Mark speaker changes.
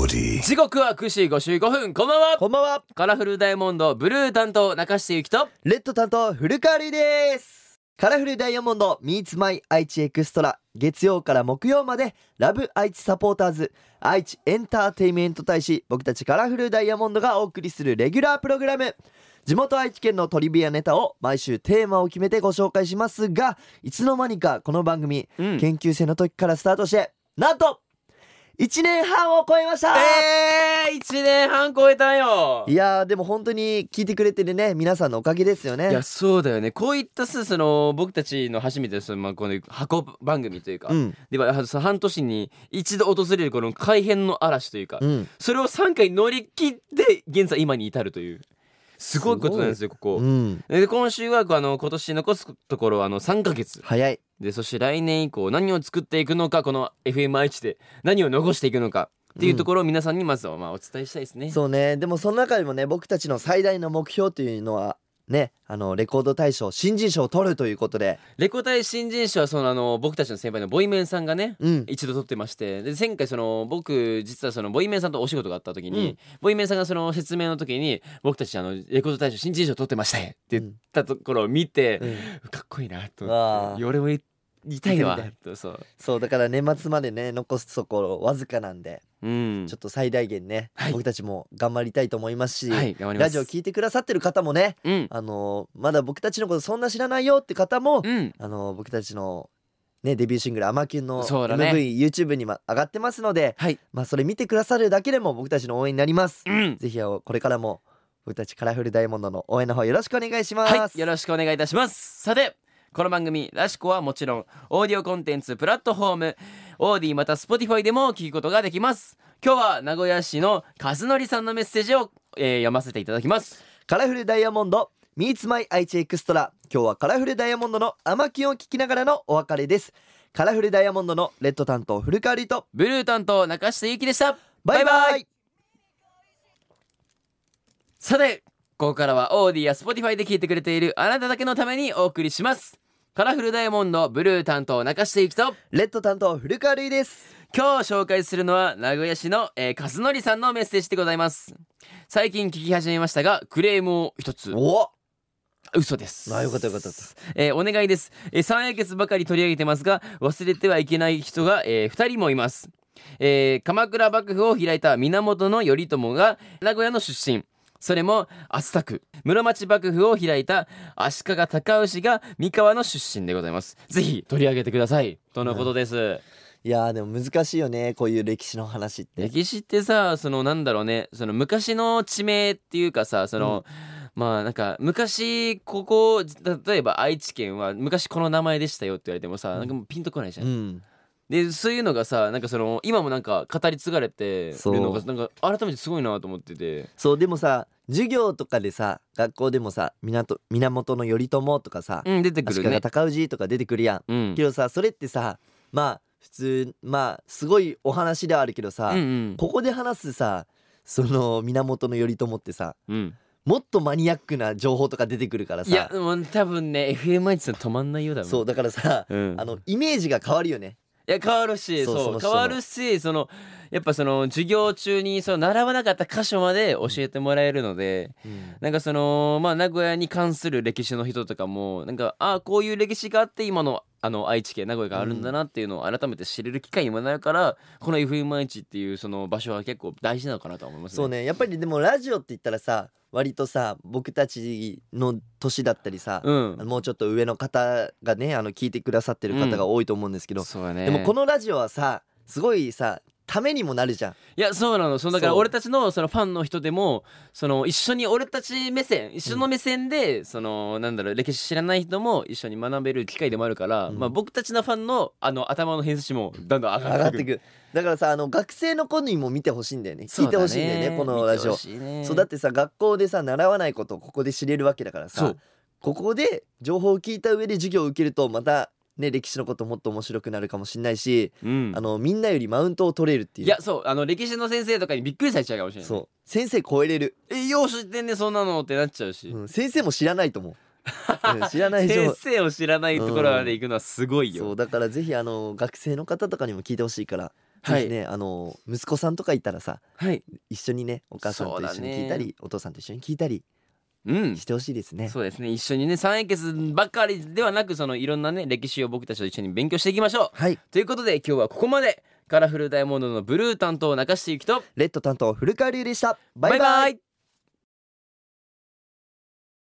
Speaker 1: body.
Speaker 2: 時刻は9時55分。こんばんは。
Speaker 3: こんばんは。
Speaker 2: カラフルダイヤモンドブルー担当中下ゆきと、
Speaker 3: レッド担当古川瑠衣です。カラフルダイヤモンド Meets My 愛知エクストラ、月曜から木曜までラブ愛知サポーターズ愛知エンターテイメント大使、僕たちカラフルダイヤモンドがお送りするレギュラープログラム。地元愛知県のトリビアネタを毎週テーマを決めてご紹介しますが、いつの間にかこの番組、研究生の時からスタートしてなんと1年半を超えました。
Speaker 2: 1年半超えたんよ。
Speaker 3: いやー、でも本当に聞いてくれてるね皆さんのおかげですよね。
Speaker 2: いや、そうだよね。こういったその僕たちの初めてこの箱番組というか、では半年に一度訪れるこの改変の嵐というか、それを3回乗り切って現在今に至るというすごいことなんですよ、ここ。で今週は今年残すところ3ヶ月
Speaker 3: 早い。
Speaker 2: で、そして来年以降何を作っていくのか、この FM 愛知で何を残していくのかっていうところを皆さんにまずはお伝えしたいですね。
Speaker 3: そうね。でもその中でもね、僕たちの最大の目標というのはね、レコード大賞新人賞を取るということで、
Speaker 2: レコ大新人賞は僕たちの先輩のボイメンさんがね、一度取ってまして、で前回僕実はボイメンさんとお仕事があった時に、ボイメンさんが説明の時に僕たちレコード大賞新人賞取ってましたって言ったところを見て、かっこいいなと思って、俺も言いたいわと。
Speaker 3: そうだから年末までね残すところわずかなんで、ちょっと最大限ね、僕たちも頑張りたいと思いますし、ラジオ聞いてくださってる方もね、まだ僕たちのことそんな知らないよって方も、僕たちのねデビューシングル「アマキュン」の MV、YouTube にも上がってますので、それ見てくださるだけでも僕たちの応援になります。ぜひこれからも僕たちカラフルダイヤモンドの応援の方よろしくお願いします。
Speaker 2: よろしくお願いいたします。さて、この番組ラシコはもちろんオーディオコンテンツプラットフォームオーディまた Spotify でも聞くことができます。今日は名古屋市の和則さんのメッセージを、読ませていただきます。
Speaker 3: カラフルダイヤモンド Meets My 愛知エクストラ、今日はカラフルダイヤモンドのアマキュンを聞きながらのお別れです。カラフルダイヤモンドのレッド担当古川瑠衣と
Speaker 2: ブルー担当中下ゆきでした。
Speaker 3: バイバイ。
Speaker 2: さて、ここからはオーディや Spotify で聞いてくれているあなただけのためにお送りします。カラフルダイヤモンドブルー担当中下ゆきと
Speaker 3: レッド担当古川瑠衣です。
Speaker 2: 今日紹介するのは名古屋市の、和則さんのメッセージでございます。最近聞き始めましたがクレームを一つ。嘘です。
Speaker 3: よかったよかった。
Speaker 2: お願いです。三英傑ばかり取り上げてますが忘れてはいけない人が、2人もいます。鎌倉幕府を開いた源頼朝が名古屋の出身。それも熱田区。室町幕府を開いた足利尊氏が三河の出身でございます。ぜひ取り上げてくださいとのことです。
Speaker 3: いやでも難しいよね、こういう歴史の話って。
Speaker 2: 歴史ってさ、なんだろうね、昔の地名っていうかさ、なんか昔ここ、例えば愛知県は昔この名前でしたよって言われてもさ、なんかもうピンとこないじゃん。でそういうのがさ、なんか今もなんか語り継がれてるのがなんか改めてすごいなと思ってて。
Speaker 3: そうでもさ、授業とかでさ、学校でもさ、源頼朝とかさ、
Speaker 2: 出てくるね。
Speaker 3: 足利尊氏とか出てくるやん。けどさ、それってさ、普通すごいお話ではあるけどさ、ここで話すさ、源頼朝ってさ、もっとマニアックな情報とか出てくるからさ。
Speaker 2: いやもう多分ね FM 愛知さん止まんないよだもん。
Speaker 3: そうだからさ、イメージが変わるよね。
Speaker 2: いや変わるし、変わるし、やっぱ授業中に習わなかった箇所まで教えてもらえるので、なんか名古屋に関する歴史の人とかもなんかこういう歴史があって今の愛知県名古屋があるんだなっていうのを改めて知れる機会にもなるから、この FM 愛知っていう場所は結構大事なのかなと思いますね。
Speaker 3: そうね、やっぱりでもラジオって言ったらさ、割とさ僕たちの年だったりさ、もうちょっと上の方がね聞いてくださってる方が多いと思うんですけど、でもこのラジオはさすごいさためにもなるじゃん。
Speaker 2: いやそうなの。だから俺たちのファンの人でも一緒に俺たち目線、一緒の目線でなんだろう、歴史知らない人も一緒に学べる機会でもあるから、僕たちのファンの頭の偏差値もどんどん上がってくる。
Speaker 3: だからさ学生の子にも見てほしいんだよね、聞いてほしいんだよね、このラジオ。そうだってさ、学校でさ習わないことをここで知れるわけだからさ、ここで情報を聞いた上で授業を受けるとまたね、歴史のこともっと面白くなるかもしれないし、みんなよりマウントを取れるっていう。
Speaker 2: いやそう歴史の先生とかにびっくりされちゃうかもしれない。
Speaker 3: そう先生超えれる。
Speaker 2: よう知ってんねそんなのってなっちゃうし、
Speaker 3: 先生も知らないと思う。知らない
Speaker 2: 先生を知らないところまで行くのはすごいよ。
Speaker 3: そうだからぜひ学生の方とかにも聞いてほしいから。 ぜひね、息子さんとかいたらさ、一緒にねお母さんと一緒に聞いたり、お父さんと一緒に聞いたりしてほしいですね。
Speaker 2: そうですね、一緒にね三英傑ばっかりではなく、そのいろんなね歴史を僕たちと一緒に勉強していきましょう。ということで今日はここまで。カラフルダイヤモンドのブルー担当中下ゆきと
Speaker 3: レッド担当古川龍でした。バイバイ。